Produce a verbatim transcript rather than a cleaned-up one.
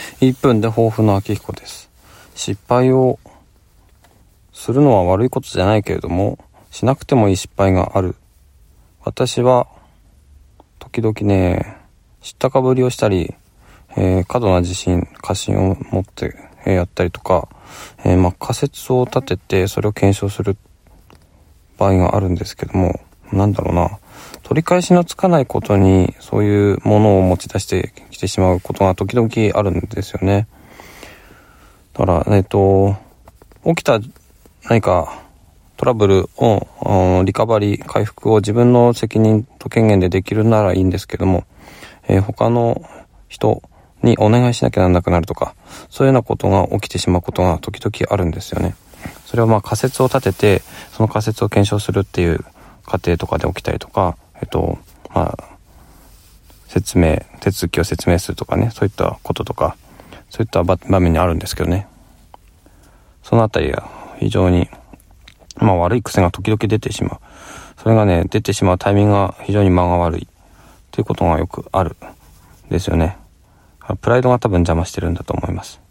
いっぷんで抱負のあきひこです。失敗をするのは悪いことじゃないけれども、しなくてもいい失敗がある。私は時々ね、知ったかぶりをしたり、えー、過度な自信過信を持って、えー、やったりとか、えーまあ、仮説を立ててそれを検証する場合があるんですけども、なんだろうな、取り返しのつかないことにそういうものを持ち出してきてしまうことが時々あるんですよね。だからえっと起きた何かトラブルをリカバリー回復を自分の責任と権限でできるならいいんですけども、えー、他の人にお願いしなきゃならなくなるとか、そういうようなことが起きてしまうことが時々あるんですよね。それはまあ仮説を立ててその仮説を検証するっていう過程とかで起きたりとか、えっとまあ説明手続きを説明するとかね、そういったこととかそういった場面にあるんですけどね、そのあたりは非常にまあ悪い癖が時々出てしまう。それがね、出てしまうタイミングが非常に間が悪いということがよくあるんですよね。プライドが多分邪魔してるんだと思います。